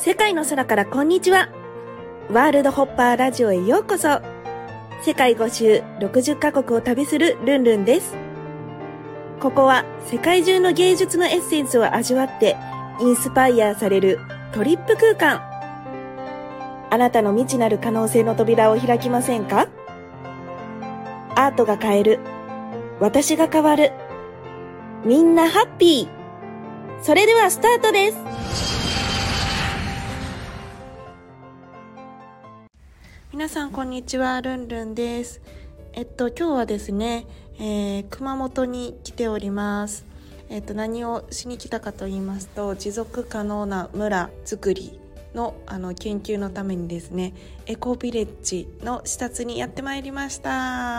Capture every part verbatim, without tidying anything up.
世界の空からこんにちは。ワールドホッパーラジオへようこそ。世界ご周ろくじゅっカ国を旅するルンルンです。ここは世界中の芸術のエッセンスを味わってインスパイアされるトリップ空間。あなたの未知なる可能性の扉を開きませんか？アートが変える。私が変わる。みんなハッピー。それではスタートです。皆さんこんにちは、ルンルンです。えっと今日はですね、えー、熊本に来ております。えっと何をしに来たかと言いますと、持続可能な村づくりのあの研究のためにですね、エコビレッジの視察にやってまいりました。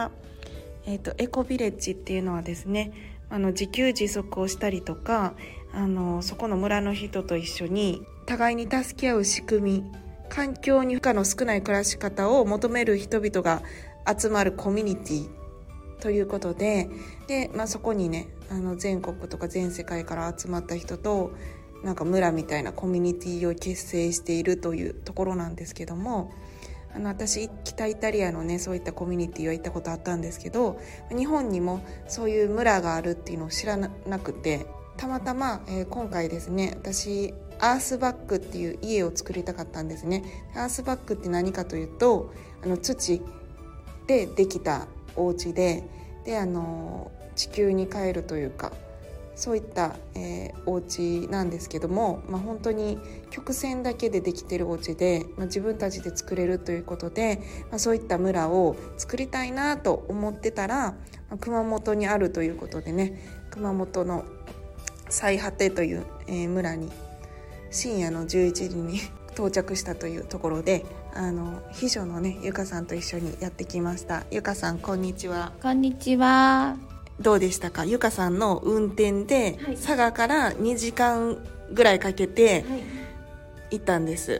えっとエコビレッジっていうのはですね、あの自給自足をしたりとか、あのそこの村の人と一緒に互いに助け合う仕組み、環境に負荷の少ない暮らし方を求める人々が集まるコミュニティということで、で、まあ、そこにね、あの全国とか全世界から集まった人となんか村みたいなコミュニティを結成しているというところなんですけども、あの私北イタリアのね、そういったコミュニティは行ったことあったんですけど、日本にもそういう村があるっていうのを知らなくて、たまたま、えー、今回ですね、私アースバックっていう家を作りたかったんですね。アースバックって何かというと、あの土でできたお家で、であの地球に帰るというか、そういった、えー、お家なんですけども、まあ、本当に曲線だけでできてるお家で、まあ、自分たちで作れるということで、まあ、そういった村を作りたいなと思ってたら、まあ、熊本にあるということでね、熊本の最果てという、えー、村に深夜のじゅういちじに到着したというところで、あの秘書のねゆかさんと一緒にやってきました。ゆかさんこんにちは。 こんにちは。 どうでしたか？ゆかさんの運転で、はい、佐賀からにじかんぐらいかけて行ったんです、はい、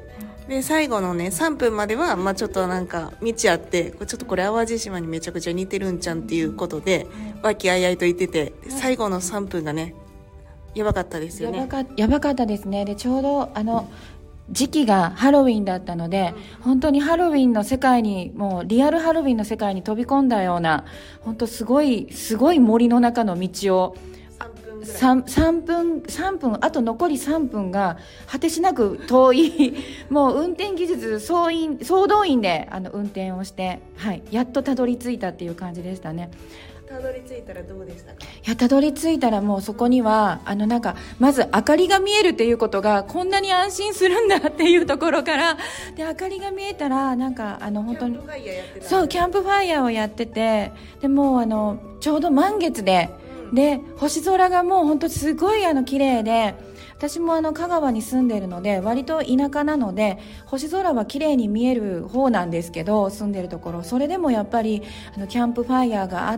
で最後のねさんぷんまでは、まあ、ちょっとなんか道あって、ちょっとこれ淡路島にめちゃくちゃ似てるんちゃんっていうことで、はい、和気あいあいと言ってて、最後のさんぷんがねやばかったですよね。 やばか、やばかったですね。でちょうどあの、うん、時期がハロウィンだったので、うん、本当にハロウィンの世界に、もうリアルハロウィンの世界に飛び込んだような、本当すごいすごい森の中の道をさんぷんさんぷん、あと残りさんぷんが果てしなく遠いもう運転技術総員総動員であの運転をして、はい、やっとたどり着いたっていう感じでしたね。 たどり着いたらどうでしたか？いや、たどり着いたらもうそこにはあのなんかまず明かりが見えるっていうことがこんなに安心するんだっていうところから、で明かりが見えたらなんかあの本当にそうキャンプファイヤーをやってて、でもうあのちょうど満月で、うん、で星空がもう本当すごいあの綺麗で、私もあの香川に住んでいるので割と田舎なので星空は綺麗に見える方なんですけど、住んでるところそれでもやっぱりあのキャンプファイヤーがあって、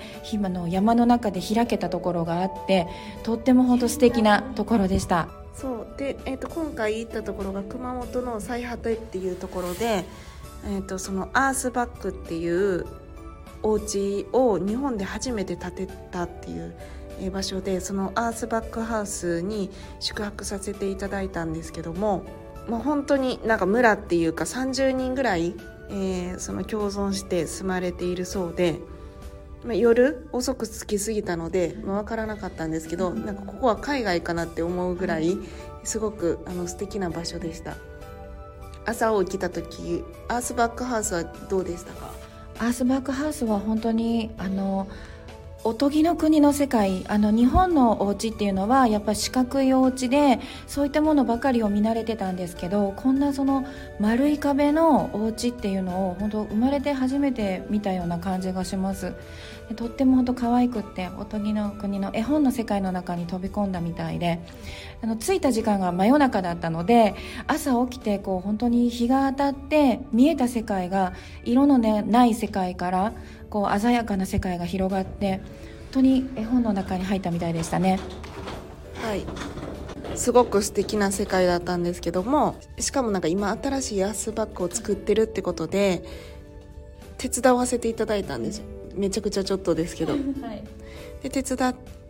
今の山の中で開けたところがあって、とっても本当素敵なところでした。 そうで、えー、と今回行ったところが熊本の最果てっていうところで、えー、とそのアースバックっていうお家を日本で初めて建てたっていう場所で、そのアースバックハウスに宿泊させていただいたんですけども、もう本当になんか村っていうかさんじゅうにんぐらい、えー、その共存して住まれているそうで、まあ、夜遅く着きすぎたので、まあ、分からなかったんですけど、なんかここは海外かなって思うぐらいすごくあの素敵な場所でした。朝起きた時、アースバックハウスはどうでしたか？ アースバックハウスは本当にあのおとぎの国の世界、あの日本のお家っていうのはやっぱり四角いお家でそういったものばかりを見慣れてたんですけど、こんなその丸い壁のお家っていうのを本当生まれて初めて見たような感じがします。でとっても本当可愛くって、おとぎの国の絵本の世界の中に飛び込んだみたいで、あの着いた時間が真夜中だったので、朝起きてこう本当に日が当たって見えた世界が色の、ね、ない世界からこう鮮やかな世界が広がって、本当に絵本の中に入ったみたいでしたね。 はい、すごく素敵な世界だったんですけども、しかもなんか今新しいアースバッグを作ってるってことで手伝わせていただいたんですよ。めちゃくちゃちょっとですけど、はい、で手伝っ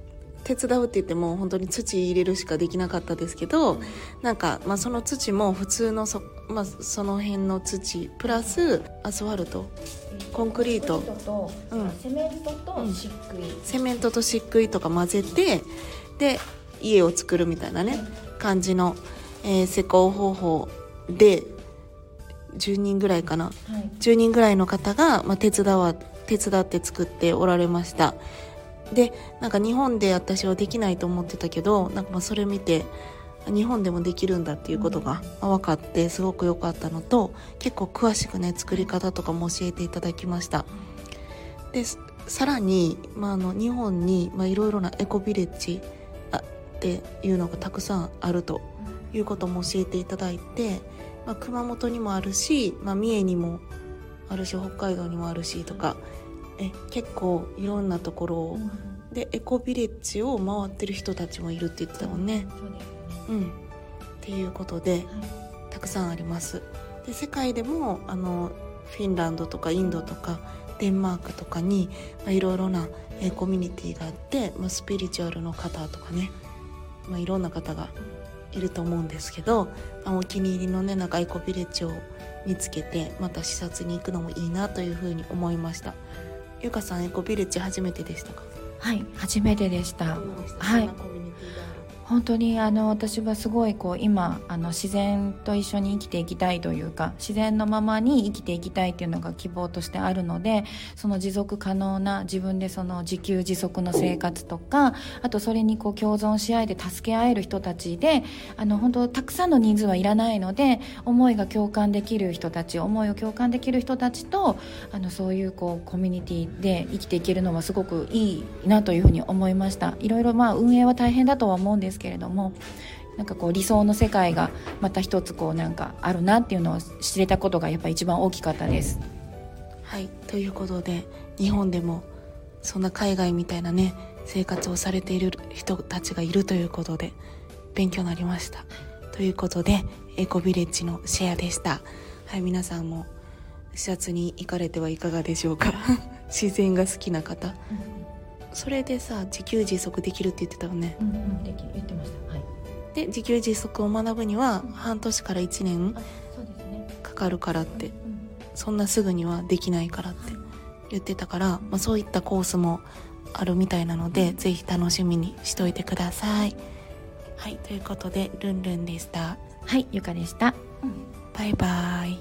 手伝うって言っても本当に土入れるしかできなかったですけど、なんか、まあ、その土も普通の そ,、まあ、その辺の土プラスアスファルト、コンクリート、 うん、セメントと漆喰、うん、 セメントと漆喰とか混ぜて、で家を作るみたいなね、うん、感じの、えー、施工方法でじゅうにんぐらいかな、はい、じゅうにんぐらいの方が、まあ、手伝わ手伝って作っておられました。でなんか日本で私はできないと思ってたけど、なんかまあそれ見て日本でもできるんだっていうことが分かってすごく良かったのと、結構詳しくね作り方とかも教えていただきました。でさらに、まあ、あの日本にいろいろなエコビレッジっていうのがたくさんあるということも教えていただいて、まあ、熊本にもあるし、まあ、三重にもあるし北海道にもあるしとか、え結構いろんなところを、うん、でエコビレッジを回ってる人たちもいるって言ってたもんね、そうですね、うん、っていうことで、はい、たくさんあります。で世界でもあのフィンランドとかインドとかデンマークとかにいろいろなえコミュニティがあって、まあ、スピリチュアルの方とかね、まあ、いろんな方がいると思うんですけど、まあ、お気に入りのねなんかエコビレッジを見つけてまた視察に行くのもいいなというふうに思いました。ゆかさんエコビレッジ初めてでしたか？ はい、初めてでした。はい。本当にあの私はすごいこう今あの自然と一緒に生きていきたいというか、自然のままに生きていきたいっていうのが希望としてあるので、その持続可能な自分でその自給自足の生活とか、あとそれにこう共存し合えて助け合える人たちで、あの本当たくさんの人数はいらないので、思いが共感できる人たち思いを共感できる人たちとあのそういうこうコミュニティで生きていけるのはすごくいいなというふうに思いました。いろいろまあ運営は大変だとは思うんですけれども、なんかこう理想の世界がまた一つこうなんかあるなっていうのを知れたことがやっぱり一番大きかったです。 はい、ということで日本でもそんな海外みたいなね生活をされている人たちがいるということで勉強になりました。ということでエコビレッジのシェアでした。はい、皆さんも視察に行かれてはいかがでしょうか自然が好きな方、うん、それでさ自給自足できるって言ってたよね。 うんうん、でき言ってました。はい。 で自給自足を学ぶには半年からいちねんかかるからって、うん、そんなすぐにはできないからって言ってたから、まあ、そういったコースもあるみたいなので、うん、ぜひ楽しみにしといてください。はい、ということでルンルンでした。 はい、ゆかでした、 うん、バイバイ。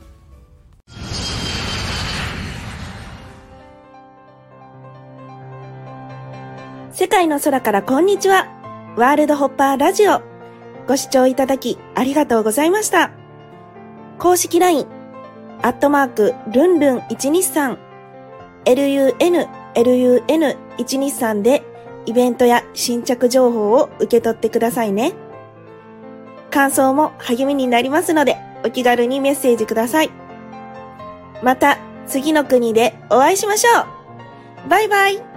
世界の空からこんにちは。ワールドホッパーラジオ。ご視聴いただきありがとうございました。公式 ライン、アットマーク、ルンルンいちにさん、ルンルンいちにさん でイベントや新着情報を受け取ってくださいね。感想も励みになりますので、お気軽にメッセージください。また次の国でお会いしましょう。バイバイ。